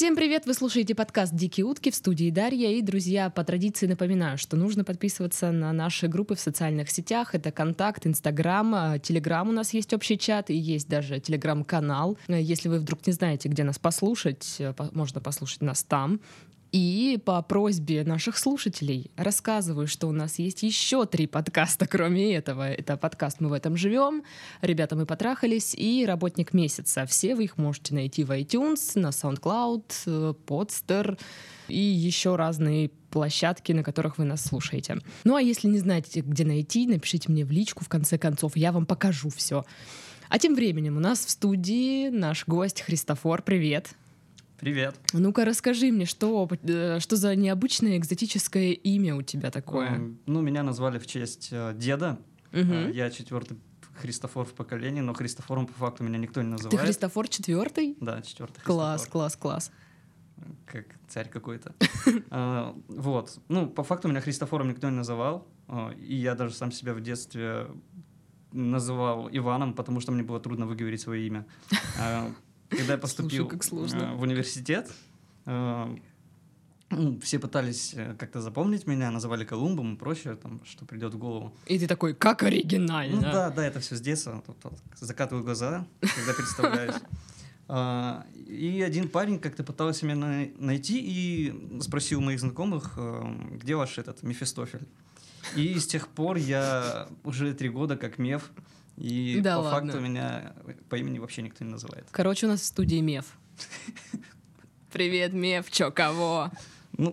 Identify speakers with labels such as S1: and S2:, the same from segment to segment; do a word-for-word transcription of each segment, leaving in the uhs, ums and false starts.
S1: Всем привет! Вы слушаете подкаст «Дикие утки», в студии Дарья. И, друзья, по традиции напоминаю, что нужно подписываться на наши группы в социальных сетях. Это «Контакт», «Инстаграм», «Телеграм» у нас есть общий чат, и есть даже «Телеграм-канал». Если вы вдруг не знаете, где нас послушать, можно послушать нас там. И по просьбе наших слушателей рассказываю, что у нас есть еще три подкаста, кроме этого. Это подкаст «Мы в этом живем», «Ребята, мы потрахались» и «Работник месяца». Все вы их можете найти в iTunes, на SoundCloud, Podster и еще разные площадки, на которых вы нас слушаете. Ну а если не знаете, где найти, напишите мне в личку, в конце концов, я вам покажу все. А тем временем у нас в студии наш гость Христофор. Привет!
S2: Привет.
S1: Ну-ка, расскажи мне, что, что за необычное экзотическое имя у тебя такое?
S2: Um, ну, меня назвали в честь uh, деда.
S1: Угу.
S2: Uh, я четвертый Христофор в поколении, но Христофором по факту меня никто не называет.
S1: Ты Христофор четвертый?
S2: Да, четвертый.
S1: Класс, класс, класс.
S2: Как царь какой-то. uh, вот. Ну, по факту меня Христофором никто не называл. Uh, и я даже сам себя в детстве называл Иваном, потому что мне было трудно выговорить свое имя. Uh, Когда я поступил
S1: Слушай,
S2: в университет, э, все пытались как-то запомнить меня, называли Колумбом и прочее, там, что придет в голову.
S1: И ты такой, как оригинально.
S2: Ну да, да, это все с детства. Тут, тут, закатываю глаза, когда представляюсь. Uh, и один парень как-то пытался меня на- найти и спросил моих знакомых, uh, где ваш этот Мефистофель. И с тех пор я уже три года как Меф. И
S1: да
S2: по
S1: ладно.
S2: факту меня по имени вообще никто не называет.
S1: Короче, у нас в студии Меф. Привет, Меф, чё, кого?
S2: Ну...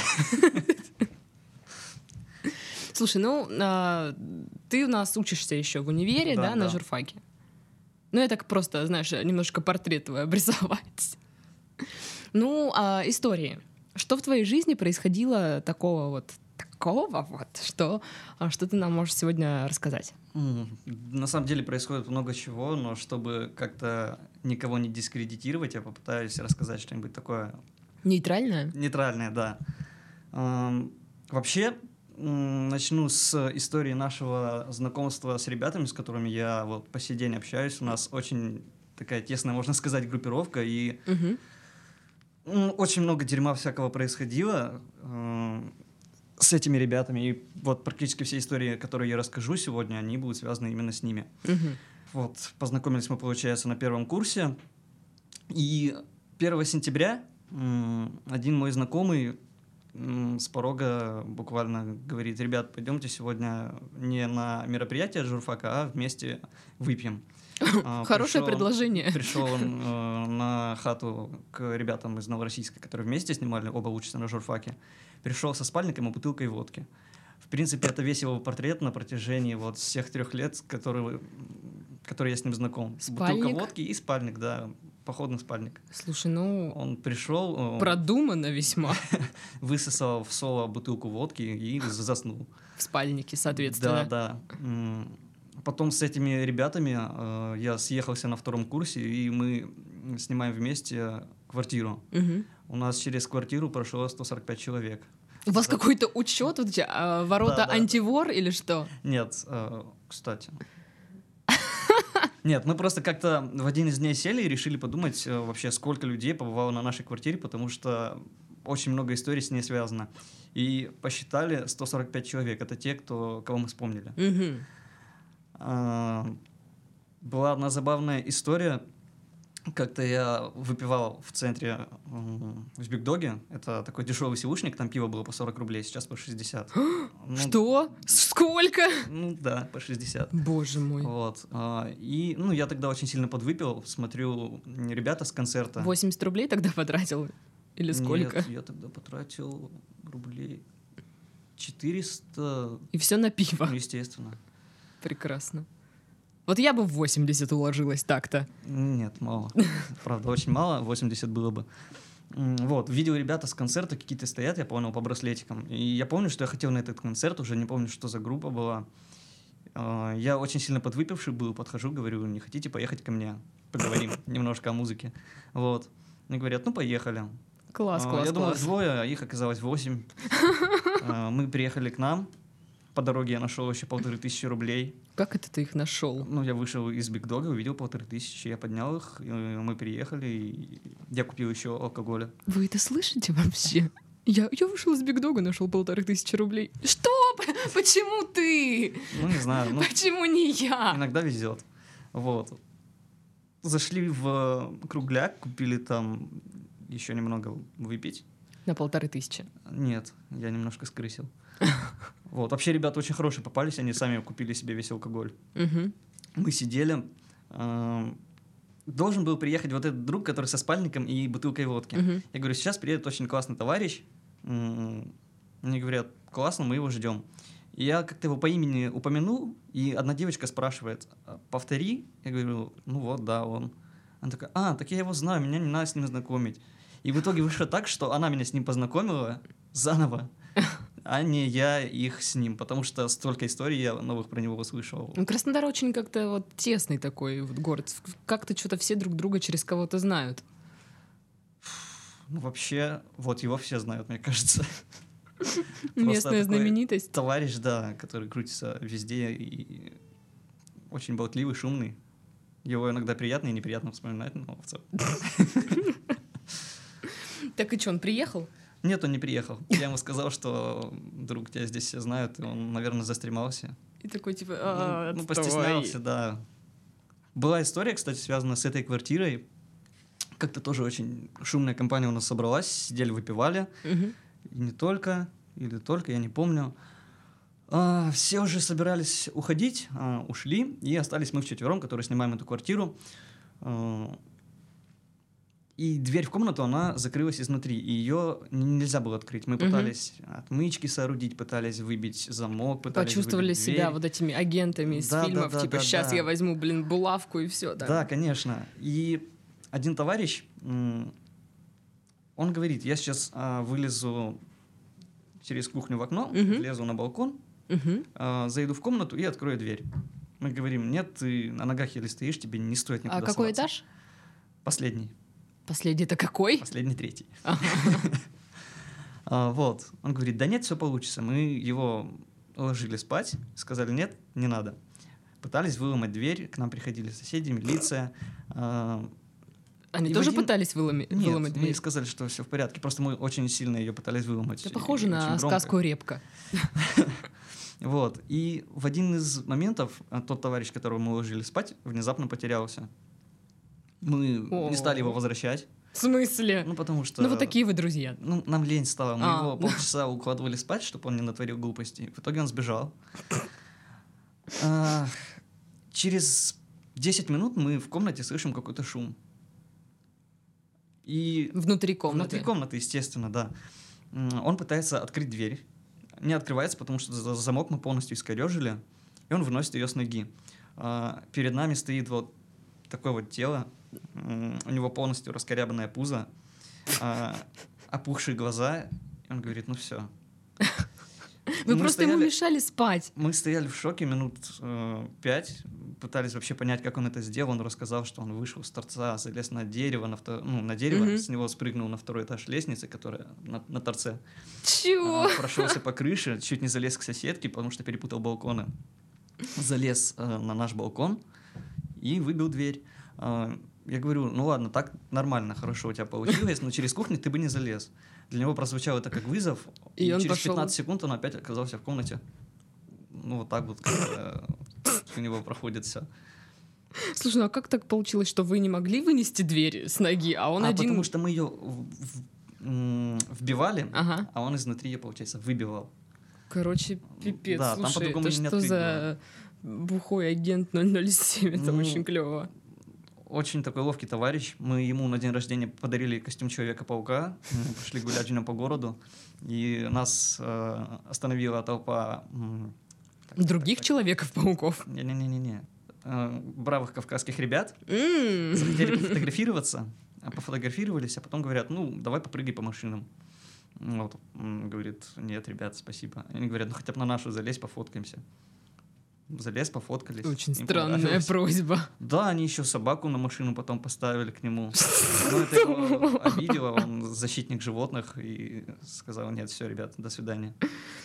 S1: Слушай, ну, а, ты у нас учишься еще в универе, да,
S2: да,
S1: да,
S2: да.
S1: на журфаке? Ну, я так просто, знаешь, немножко портрет твой обрисовать. Ну, а истории. Что в твоей жизни происходило такого вот, такого вот, что, что ты нам можешь сегодня рассказать?
S2: На самом деле происходит много чего, но чтобы как-то никого не дискредитировать, я попытаюсь рассказать что-нибудь такое...
S1: Нейтральное?
S2: Нейтральное, да. Эм, вообще, м, начну с истории нашего знакомства с ребятами, с которыми я вот по сей день общаюсь. У нас очень такая тесная, можно сказать, группировка, и
S1: Угу.
S2: м, очень много дерьма всякого происходило эм, с этими ребятами. И вот практически все истории, которые я расскажу сегодня, они будут связаны именно с ними.
S1: Угу.
S2: Вот, познакомились мы, получается, на первом курсе. И первого сентября м, один мой знакомый м, с порога буквально говорит: ребят, пойдемте сегодня не на мероприятие журфака, а вместе выпьем. А,
S1: Хорошее
S2: пришел-
S1: предложение.
S2: Пришел он э, на хату к ребятам из Новороссийска, которые вместе снимали, оба учатся на журфаке. Пришел со спальником и бутылкой водки. В принципе, это весь его портрет на протяжении вот всех трех лет, которые, которые я с ним знаком.
S1: Спальник?
S2: Бутылка водки и спальник, да, походный спальник.
S1: Слушай, ну,
S2: Он пришел, э,
S1: продумано весьма
S2: высосал в соло бутылку водки и заснул.
S1: в спальнике, соответственно.
S2: Да, да. М, Потом с этими ребятами э, я съехался на втором курсе, и мы снимаем вместе квартиру.
S1: Мгм.
S2: У нас через квартиру прошло сто сорок пять человек.
S1: У вас
S2: За-
S1: какой-то учет, вот эти а, ворота
S2: Да, да.
S1: антивор или что?
S2: Нет, э, кстати. Нет, мы просто как-то в один из дней сели и решили подумать э, вообще, сколько людей побывало на нашей квартире, потому что очень много историй с ней связано. И посчитали сто сорок пять человек. Это те, кто, кого мы вспомнили.
S1: Мгм.
S2: А, Была одна забавная история. Как-то я выпивал в центре м, в Биг-Доге. Это такой дешевый сеушник, там пиво было по сорок рублей, сейчас по шестьдесят. Ну,
S1: Что? Сколько?
S2: Ну да, по шестьдесят.
S1: Боже мой.
S2: Вот. а, И, ну, я тогда очень сильно подвыпил. Смотрю, м, ребята с концерта.
S1: восемьдесят рублей тогда потратил? Или сколько?
S2: Нет, я тогда потратил рублей четыреста.
S1: И все на пиво.
S2: Ну, естественно.
S1: Прекрасно. Вот я бы в восемьдесят уложилась так-то.
S2: Нет, мало. Правда, очень мало. восемьдесят было бы. М, Вот, видел ребята с концерта, какие-то стоят, я понял, по браслетикам. И я помню, что я хотел на этот концерт, уже не помню, что за группа была. А, Я очень сильно подвыпивший был, подхожу, говорю: не хотите поехать ко мне? Поговорим немножко о музыке. Вот. Мне говорят: ну, поехали.
S1: Класс,
S2: А,
S1: класс,
S2: Я думал,
S1: класс.
S2: двое, а их оказалось восемь. А, Мы приехали к нам, по дороге я нашел еще полторы тысячи рублей.
S1: Как это ты их нашел?
S2: Ну, я вышел из Биг Дога, увидел полторы тысячи, я поднял их, и мы приехали, и я купил еще алкоголя.
S1: Вы это слышите вообще? Я, я вышел из Биг Дога, нашел полторы тысячи рублей. Что? Почему ты?
S2: Ну, не знаю. Ну,
S1: почему не я?
S2: Иногда везет. Вот. Зашли в Кругляк, купили там еще немного выпить.
S1: На полторы тысячи?
S2: Нет, я немножко скрысил. Вот. Вообще ребята очень хорошие попались, они сами купили себе весь алкоголь. Мы сидели. Должен был приехать вот этот друг, который со спальником и бутылкой водки. Я говорю, сейчас приедет очень классный товарищ. Мне говорят, классно, мы его ждем. И я как-то его по имени упомянул, и одна девочка спрашивает, повтори. Я говорю, ну вот, да, он. Она такая, а, так я его знаю, меня не надо с ним знакомить. И в итоге вышло так, что она меня с ним познакомила заново, а не я их с ним, потому что столько историй я новых про него услышал.
S1: Ну, Краснодар очень как-то вот тесный такой вот город. Как-то что-то все друг друга через кого-то знают.
S2: Ну, вообще, вот его все знают, мне кажется.
S1: Местная знаменитость.
S2: Товарищ, да, который крутится везде и очень болтливый, шумный. Его иногда приятно и неприятно вспоминать, но в целом.
S1: Так и что, он приехал?
S2: Нет, он не приехал. Я ему сказал, что, друг, тебя здесь все знают, и он, наверное, застремался.
S1: И такой, типа,
S2: ну, ну, постеснялся, да. Была история, кстати, связанная с этой квартирой. Как-то тоже очень шумная компания у нас собралась, сидели, выпивали.
S1: Угу.
S2: И не только, или только, я не помню. А, все уже собирались уходить, а, ушли, и остались мы вчетвером, которые снимаем эту квартиру. А, и дверь в комнату, она закрылась изнутри, и ее нельзя было открыть. Мы пытались угу. отмычки соорудить, пытались выбить замок, пытались
S1: почувствовали
S2: выбить дверь.
S1: себя вот этими агентами из
S2: да,
S1: фильмов,
S2: да, да,
S1: типа,
S2: да,
S1: сейчас
S2: да.
S1: я возьму, блин, булавку и все.
S2: Да? да, конечно. И один товарищ, он говорит, я сейчас а, вылезу через кухню в окно,
S1: uh-huh.
S2: влезу на балкон,
S1: uh-huh.
S2: а, зайду в комнату и открою дверь. Мы говорим, нет, ты на ногах еле стоишь, тебе не стоит никуда
S1: А какой
S2: соваться.
S1: Этаж?
S2: Последний.
S1: Последний это какой?
S2: Последний, третий. Вот. Он говорит, да нет, все получится. Мы его ложили спать, сказали, нет, не надо. Пытались выломать дверь, к нам приходили соседи, милиция.
S1: Они
S2: и
S1: тоже
S2: один...
S1: пытались выломать,
S2: Нет,
S1: выломать дверь?
S2: мы сказали, что все в порядке, просто мы очень сильно ее пытались выломать.
S1: Это похоже на сказку «Репка».
S2: Вот. И в один из моментов тот товарищ, которого мы ложили спать, внезапно потерялся. Мы не стали его возвращать.
S1: В смысле?
S2: Ну, потому что...
S1: Ну, вот такие вы друзья.
S2: Ну, нам лень стало. Мы
S1: а.
S2: его полчаса укладывали спать, чтобы он не натворил глупостей. В итоге он сбежал. Через десять минут мы в комнате слышим какой-то шум. И
S1: внутри комнаты.
S2: Внутри комнаты, естественно, да. Он пытается открыть дверь. Не открывается, потому что замок мы полностью искорежили. И он выносит ее с ноги. Перед нами стоит вот такое вот тело. У него полностью раскорябанное пузо. Опухшие глаза. И он говорит, ну все.
S1: Вы
S2: мы
S1: просто
S2: стояли,
S1: ему мешали спать.
S2: Мы стояли в шоке минут э, пять, пытались вообще понять, как он это сделал. Он рассказал, что он вышел с торца, залез на дерево, на, втор... ну, на дерево, mm-hmm. с него спрыгнул на второй этаж лестницы, которая на, на торце.
S1: Чего?
S2: Э, прошелся по крыше, чуть не залез к соседке, потому что перепутал балконы. Залез э, на наш балкон и выбил дверь. Э, я говорю, ну ладно, так нормально, хорошо у тебя получилось, но через кухню ты бы не залез. Для него прозвучало это как вызов, и, и через пошел... пятнадцать секунд он опять оказался в комнате. Ну, вот так вот у него проходит все.
S1: Слушай, ну а как так получилось, что вы не могли вынести дверь с ноги, а он
S2: а
S1: один...
S2: потому что мы ее вбивали,
S1: ага.
S2: а он изнутри ее, получается, выбивал.
S1: Короче, пипец.
S2: Да,
S1: слушай,
S2: там по-другому
S1: это
S2: не
S1: что за бухой агент ноль ноль семь? Это ну... очень клево.
S2: Очень такой ловкий товарищ. Мы ему на день рождения подарили костюм Человека-паука. Мы пошли гулять в нем по городу. И нас э, остановила толпа...
S1: Так, других так, Человеков-пауков?
S2: Не-не-не-не. Э, бравых кавказских ребят.
S1: Mm.
S2: Захотели пофотографироваться. Пофотографировались, а потом говорят, ну, давай попрыгай по машинам. Вот. Он говорит, нет, ребят, спасибо. Они говорят, ну, хотя бы на нашу залезь, пофоткаемся. Залез, пофоткались.
S1: Очень странная просьба.
S2: Да, они еще собаку на машину потом поставили к нему. Но это его обидело, он защитник животных и сказал, нет, все, ребят, до свидания.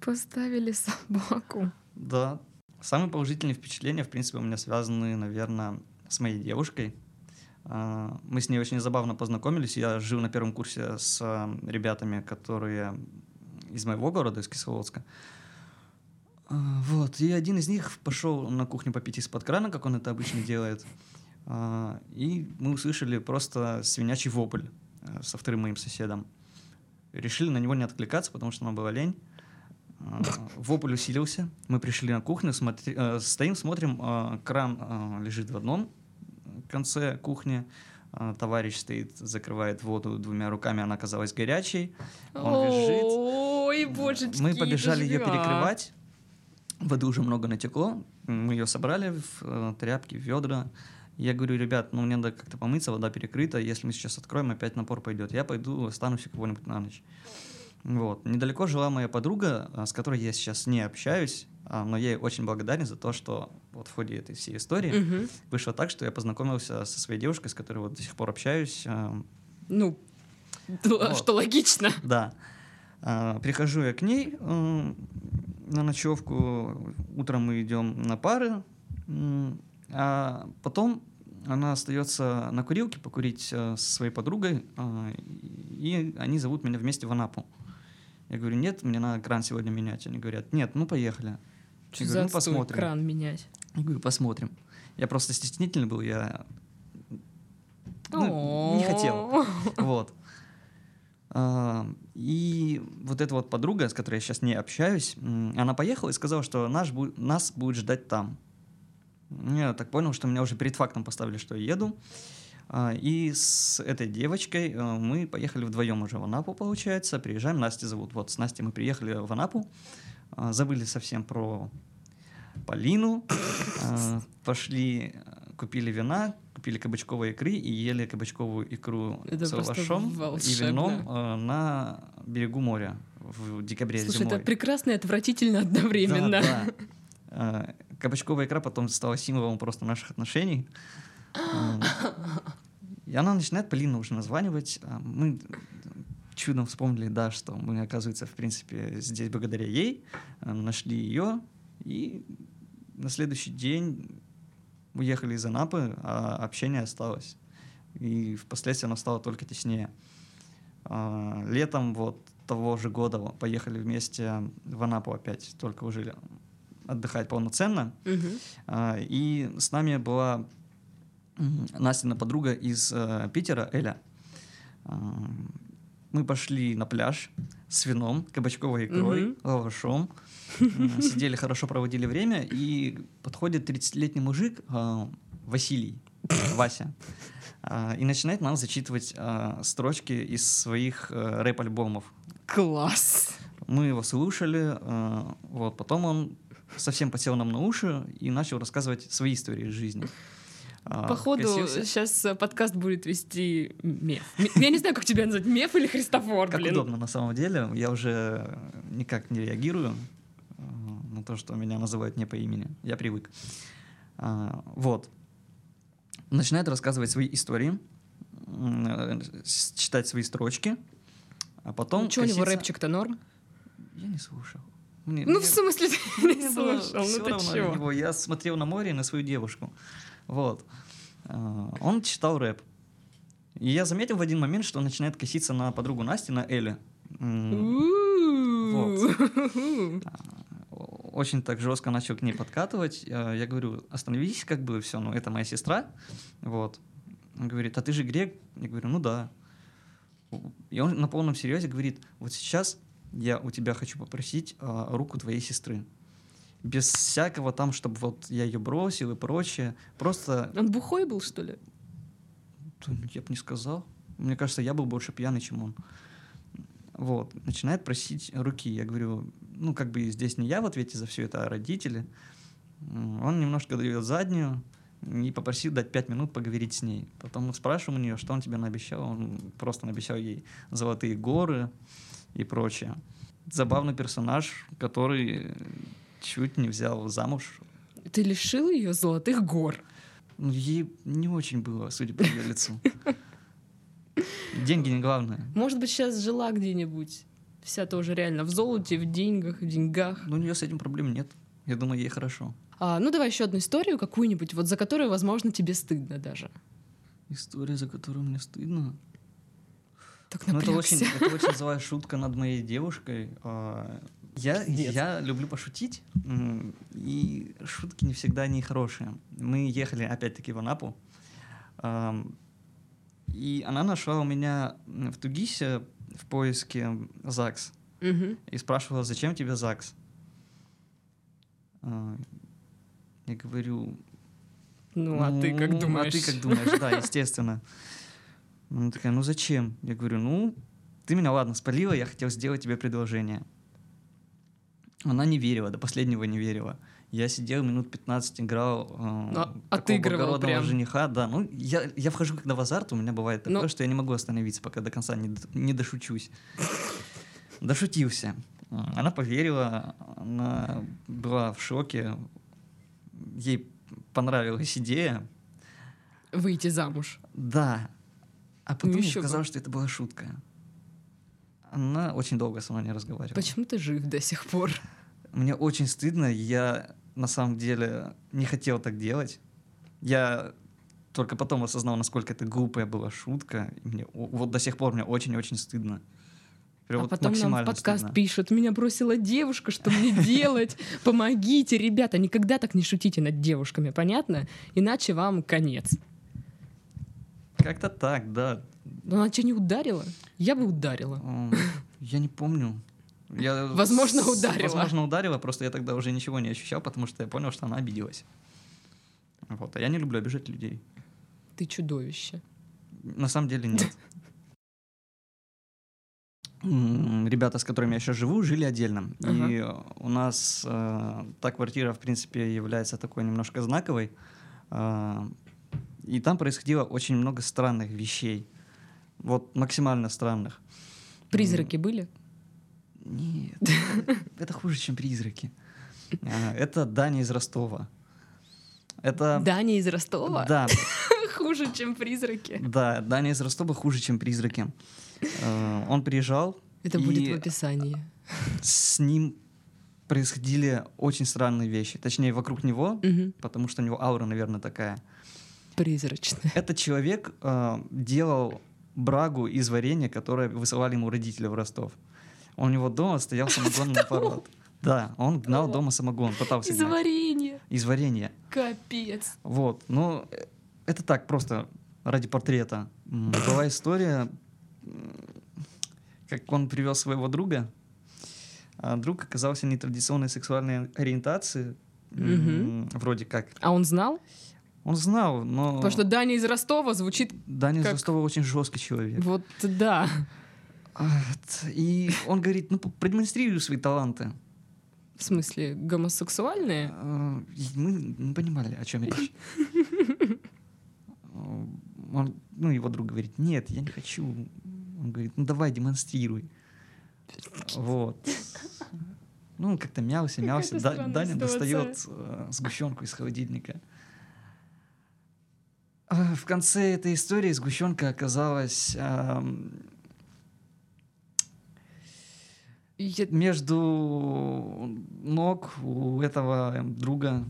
S1: Поставили собаку.
S2: Да. Самые положительные впечатления, в принципе, у меня связаны, наверное, с моей девушкой. Мы с ней очень забавно познакомились. Я жил на первом курсе с ребятами, которые из моего города, из Кисловодска. Вот. И один из них пошел на кухню попить из-под крана, как он это обычно делает. И мы услышали просто свинячий вопль со вторым моим соседом. Решили на него не откликаться, потому что нам была лень. Вопль усилился. Мы пришли на кухню, смотри, э, стоим, смотрим, э, кран э, лежит в одном конце кухни. Э, товарищ стоит, закрывает воду двумя руками, она оказалась горячей. Он визжит.
S1: Ой, божечки,
S2: Мы побежали ее
S1: доживя.
S2: перекрывать. Воды уже много натекло. Мы ее собрали в э, тряпки, в ведра. Я говорю: ребят, ну мне надо как-то помыться, вода перекрыта. Если мы сейчас откроем, опять напор пойдет. Я пойду останусь у кого-нибудь на ночь. Вот. Недалеко жила моя подруга, с которой я сейчас не общаюсь, но я ей очень благодарен за то, что вот в ходе этой всей истории
S1: Угу.
S2: вышло так, что я познакомился со своей девушкой, с которой вот до сих пор общаюсь.
S1: Ну,
S2: Вот.
S1: что логично.
S2: Да. Прихожу я к ней на ночевку, утром мы идем на пары, а потом она остается на курилке покурить со своей подругой, и они зовут меня вместе в Анапу. Я говорю: нет, мне надо кран сегодня менять. Они говорят: нет, ну поехали.
S1: Что
S2: Я
S1: за
S2: говорю: ну
S1: отстой,
S2: посмотрим.
S1: кран менять?
S2: Я говорю: посмотрим. Я просто стеснительный был, я ну,
S1: О.
S2: не хотел. Вот. А, И вот эта вот подруга, с которой я сейчас не общаюсь, м, она поехала и сказала, что наш бу- нас будет ждать там. Я так понял, что меня уже перед фактом поставили, что я еду. А, И с этой девочкой э, мы поехали вдвоем уже в Анапу, получается. Приезжаем, Настя зовут. Вот с Настей мы приехали в Анапу. А, Забыли совсем про Полину. А, Пошли, э, купили вина, купили кабачковой икры и ели кабачковую икру
S1: Это
S2: с
S1: просто
S2: лавашом и
S1: волшебно.
S2: вином э, на берегу моря в декабре
S1: Слушай,
S2: зимой.
S1: это прекрасно и отвратительно одновременно.
S2: Да, да. А, Кабачковая икра потом стала символом просто наших отношений. А, И она начинает Полина уже названивать. А Мы чудом вспомнили, да, что мы, оказывается, в принципе, здесь благодаря ей а, нашли ее. И на следующий день уехали из Анапы, а общение осталось. И впоследствии оно стало только теснее. А, Летом вот того же года поехали вместе в Анапу опять, только уже отдыхать полноценно.
S1: Мгм.
S2: А, И с нами была м, Настина подруга из э, Питера, Эля. А, Мы пошли на пляж с вином, кабачковой икрой,
S1: Мгм.
S2: лавашом. М, Сидели, хорошо проводили время. И подходит тридцатилетний мужик, а, Василий, Вася, а, и начинает нам зачитывать а, строчки из своих э, рэп-альбомов.
S1: Класс.
S2: Мы его слушали, э, вот, потом он совсем подсел нам на уши и начал рассказывать свои истории из жизни. А,
S1: Походу,
S2: косился.
S1: сейчас подкаст будет вести Меф. М- Я не знаю, как тебя назвать, Меф или Христофор,
S2: Как
S1: блин.
S2: удобно на самом деле, я уже никак не реагирую э, на то, что меня называют не по имени, я привык. А, Вот. Начинает рассказывать свои истории, м, э, с- читать свои строчки, а потом
S1: Ну, что у него
S2: коситься-
S1: рэпчик-то норм?
S2: Я не слушал. Мне-
S1: Ну,
S2: мне-
S1: в смысле, ты не
S2: Мне было
S1: слушал,
S2: всё
S1: ну ты
S2: равно на
S1: чё?
S2: него. Я смотрел на море и на свою девушку. Вот. А, Он читал рэп. И я заметил в один момент, что он начинает коситься на подругу Насти, на Элю. М,
S1: У-у-у.
S2: Очень так жестко начал к ней подкатывать. А, Я говорю: остановись, как бы все, ну это моя сестра. Вот. Он говорит: а ты же грек? Я говорю: ну да. И он на полном серьезе говорит: вот сейчас я у тебя хочу попросить а, руку твоей сестры. Без всякого там, чтобы вот я ее бросил и прочее. Просто,
S1: Он бухой был, что ли?
S2: да, я бы не сказал. Мне кажется, я был больше пьяный, чем он. Вот. Начинает просить руки. Я говорю: ну, как бы здесь не я в ответе за все это, а родители. М, Он немножко дает заднюю и попросил дать пять минут поговорить с ней. Потом мы спрашиваем у нее, что он тебе наобещал. Он просто наобещал ей золотые горы и прочее. Забавный персонаж, который чуть не взял замуж.
S1: Ты лишил ее золотых гор.
S2: Ну, ей не очень было, судя по ее лицу. Деньги не главное.
S1: Может быть, сейчас жила где-нибудь в Вся тоже реально в золоте, в деньгах, в деньгах.
S2: Ну, у нее с этим проблем нет. Я думаю, ей хорошо.
S1: А, ну, давай еще одну историю какую-нибудь, вот за которую, возможно, тебе стыдно даже.
S2: История, за которую мне стыдно.
S1: Так
S2: Ну, это
S1: напрягся.
S2: очень, это очень злая шутка над моей девушкой. А, Я,
S1: Пиздец.
S2: я люблю пошутить, м, и шутки не всегда они хорошие. Мы ехали опять-таки в Анапу, ам, и она нашла у меня в Тугисе в поиске ЗАГС
S1: Мгм.
S2: и спрашивала, зачем тебе ЗАГС? А, Я говорю,
S1: Ну, а ты как
S2: «Ну,
S1: думаешь?
S2: А ты как думаешь, да, естественно. Она такая, ну зачем? Я говорю, ну, ты меня, ладно, спалила, я хотел сделать тебе предложение. Она не верила, до последнего не верила. Я сидел минут пятнадцать, играл э,
S1: Ну,
S2: такого
S1: отыгрывал
S2: благородного
S1: прям.
S2: жениха. Да, ну, я, я вхожу когда в азарт, у меня бывает такое,
S1: Ну.
S2: что я не могу остановиться, пока до конца не, д- не дошучусь. Дошутился. Она поверила, она была в шоке. Ей понравилась идея.
S1: Выйти замуж.
S2: Да. А потом
S1: Ну,
S2: мне
S1: ещё бы.
S2: показалось, что это была шутка. Она очень долго со мной не разговаривала.
S1: Почему ты жив до сих пор?
S2: Мне очень стыдно. Я на самом деле не хотел так делать. Я только потом осознал, насколько это глупая была шутка. И мне о- вот до сих пор мне очень-очень стыдно. Прям
S1: А
S2: вот
S1: потом нам в
S2: максимально
S1: подкаст
S2: стыдно.
S1: пишут, меня бросила девушка, что мне делать? Помогите, ребята, никогда так не шутите над девушками, понятно? Иначе вам конец.
S2: Как-то так, да.
S1: Но она тебя не ударила? Я бы ударила.
S2: М, Я не помню. Я
S1: Возможно,
S2: с-
S1: ударила.
S2: Возможно, ударила, просто я тогда уже ничего не ощущал, потому что я понял, что она обиделась. Вот. А я не люблю обижать людей.
S1: Ты чудовище.
S2: На самом деле нет. М, Ребята, с которыми я сейчас живу, жили отдельно. И у нас э, та квартира, в принципе, является такой немножко знаковой. Э, И там происходило очень много странных вещей. Вот максимально странных.
S1: Призраки были?
S2: Нет, это- это хуже, чем призраки. А, Это Даня из Ростова. Это...
S1: Даня из Ростова?
S2: Да,
S1: Хуже, чем призраки.
S2: да, Даня из Ростова хуже, чем призраки. Э, Он приезжал,
S1: Это
S2: и
S1: будет в описании.
S2: с ним происходили очень странные вещи. Точнее, вокруг него,
S1: Мгм.
S2: потому что у него аура, наверное, такая.
S1: Призрачная.
S2: Этот человек э, делал брагу из варенья, которое высылали ему родители в Ростов. У него дома стоял самогонный аппарат. Да, он гнал дома самогон, пытался
S1: Из
S2: гнать.
S1: варенья.
S2: Из варенья.
S1: Капец.
S2: Вот, ну, э, это так, просто ради портрета. М, Была история, м, как он привел своего друга, а друг оказался нетрадиционной сексуальной ориентации, м,
S1: Мгм.
S2: вроде как.
S1: А он знал?
S2: Он знал, но
S1: Потому что Даня из Ростова звучит
S2: Даня из
S1: как-
S2: Ростова очень жесткий человек.
S1: вот да.
S2: А, т- И он говорит, ну, п- продемонстрируй свои таланты.
S1: В смысле, гомосексуальные?
S2: А, и Мы не понимали, о чем речь. Он, ну, его друг говорит, нет, я не хочу. Он говорит, ну давай, демонстрируй. Вот. Ну, он как-то мялся, мялся.
S1: Какая-то
S2: Да-
S1: странная
S2: Даня
S1: ситуация.
S2: достает э, сгущенку из холодильника. А В конце этой истории сгущенка оказалась ам,
S1: Я-
S2: между ног у этого друга.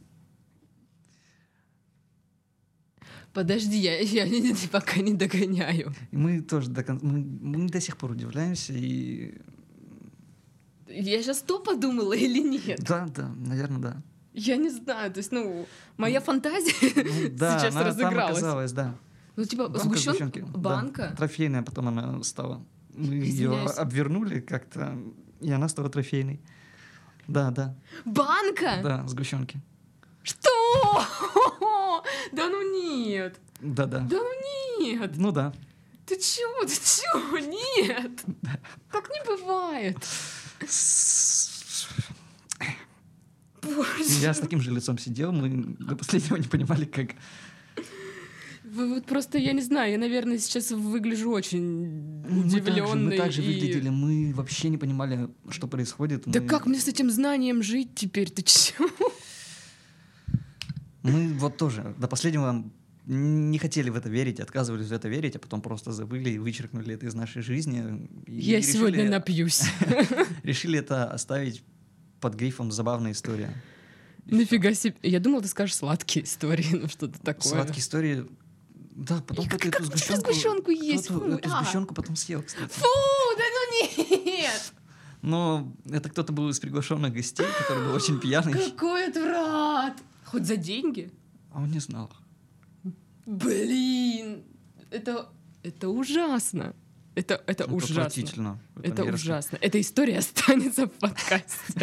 S1: Подожди, я, я не- не- пока не догоняю.
S2: И мы тоже до, кон- мы, мы до сих пор удивляемся. И
S1: Я сейчас то подумала или нет?
S2: да, да, наверное, да.
S1: Я не знаю, то есть, ну, моя фантазия
S2: Ну, да,
S1: сейчас
S2: она там
S1: разыгралась.
S2: оказалась, да.
S1: Ну, типа,
S2: Банка
S1: сгущенка,
S2: сгущенки, да.
S1: банка.
S2: Трофейная потом она стала. Мы ее
S1: Извиняюсь.
S2: обвернули как-то, и она стала трофейной. Да, да,
S1: Банка?
S2: да, сгущенки.
S1: Что? Да ну нет.
S2: Да, да.
S1: Да ну нет.
S2: Ну да.
S1: Ты чего? Ты чего? Нет. Так не бывает. Боже.
S2: Я с таким же лицом сидел, мы до последнего не понимали, как...
S1: Вы вот просто, я не знаю, я, наверное, сейчас выгляжу очень
S2: Мы так же-
S1: удивленной.
S2: Мы также
S1: и-
S2: выглядели, мы вообще не понимали, что происходит.
S1: Да
S2: мы...
S1: как мне с этим знанием жить теперь? Ты чего?
S2: Мы вот тоже до последнего не хотели в это верить, отказывались в это верить, а потом просто забыли и вычеркнули это из нашей жизни.
S1: Я
S2: решили,
S1: сегодня напьюсь.
S2: Решили это оставить под грифом «забавная история».
S1: Нифига себе. Я думал, ты скажешь сладкие истории, ну что-то такое.
S2: Сладкие истории... Да, потом кто-то эту сгущенку...
S1: сгущенку есть?
S2: Кто-то эту сгущенку потом съел, кстати.
S1: Фу, да ну нет!
S2: Но это кто-то был из приглашенных гостей, который был очень пьяный.
S1: Какой отврат! Хоть за деньги?
S2: А он не знал.
S1: Блин! Это, это ужасно. Это, это,
S2: это
S1: ужасно.
S2: Отвратительно.
S1: Это,
S2: это
S1: ужасно. Эта история останется в подкасте.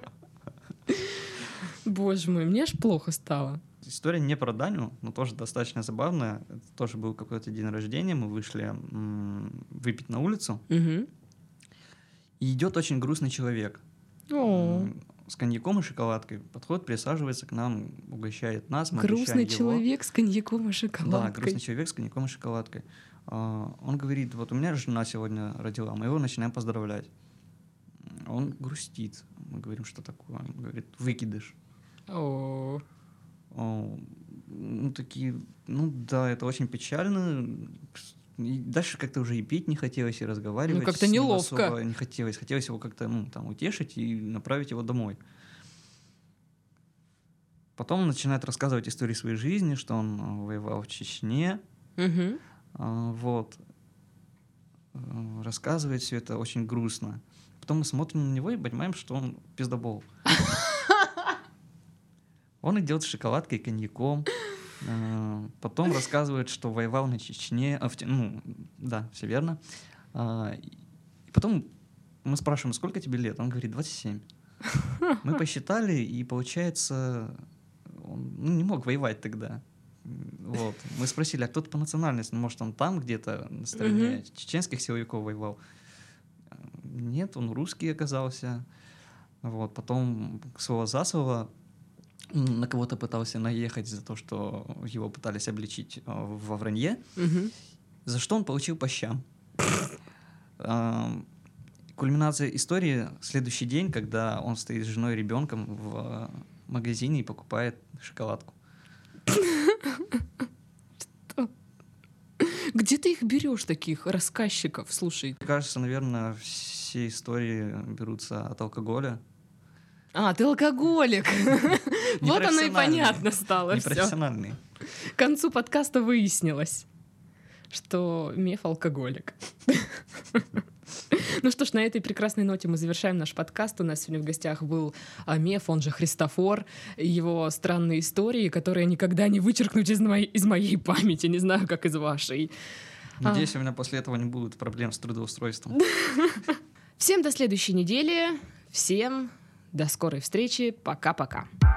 S1: Боже мой, мне аж плохо стало.
S2: История не про Даню, но тоже достаточно забавная. Это тоже был какой-то день рождения, мы вышли м- выпить на улицу,
S1: угу.
S2: и идет очень грустный человек м- с коньяком и шоколадкой. Подходит, присаживается к нам, угощает нас, мы
S1: грустный
S2: угощаем
S1: человек
S2: его.
S1: С коньяком и шоколадкой.
S2: Да, грустный человек с коньяком и шоколадкой. А, он говорит, вот у меня жена сегодня родила, мы его начинаем поздравлять. Он грустит. Мы говорим, что такое? Он говорит, выкидыш.
S1: О.
S2: О, ну, такие, ну да, это очень печально. И дальше как-то уже и пить не хотелось, и разговаривать.
S1: Ну, как-то
S2: с ним
S1: неловко.
S2: особо не хотелось. Хотелось его как-то, ну, там, утешить и направить его домой. Потом он начинает рассказывать истории своей жизни, что он воевал в Чечне.
S1: Угу.
S2: А, вот. Рассказывает все это очень грустно. Потом мы смотрим на него и понимаем, что он пиздобол. Он идет с шоколадкой и коньяком, э, потом рассказывает, что воевал на Чечне, а, в, ну, да, все верно. А, и потом мы спрашиваем, сколько тебе лет? Он говорит, двадцать семь. Мы посчитали, и получается, он ну, не мог воевать тогда. Вот. Мы спросили, а кто ты по национальности? Может, он там где-то на стороне mm-hmm. чеченских силовиков воевал? Нет, он русский оказался. Вот. Потом слово за слово на кого-то пытался наехать за то, что его пытались обличить во вранье,
S1: угу.
S2: за что он получил по щам. Кульминация истории — следующий день, когда он стоит с женой и ребенком в магазине и покупает шоколадку.
S1: Что? Где ты их берешь, таких рассказчиков? Слушай.
S2: Мне кажется, наверное, все истории берутся от алкоголя.
S1: А, ты алкоголик. Вот оно и понятно стало.
S2: Непрофессиональный.
S1: К концу подкаста выяснилось, что Меф алкоголик. Ну что ж, на этой прекрасной ноте мы завершаем наш подкаст. У нас сегодня в гостях был Меф, он же Христофор, его странные истории, которые никогда не вычеркнуть из моей, из моей памяти, не знаю, как из вашей.
S2: Надеюсь, а. у меня после этого не будет проблем с трудоустройством.
S1: Всем до следующей недели. Всем до скорой встречи. Пока-пока.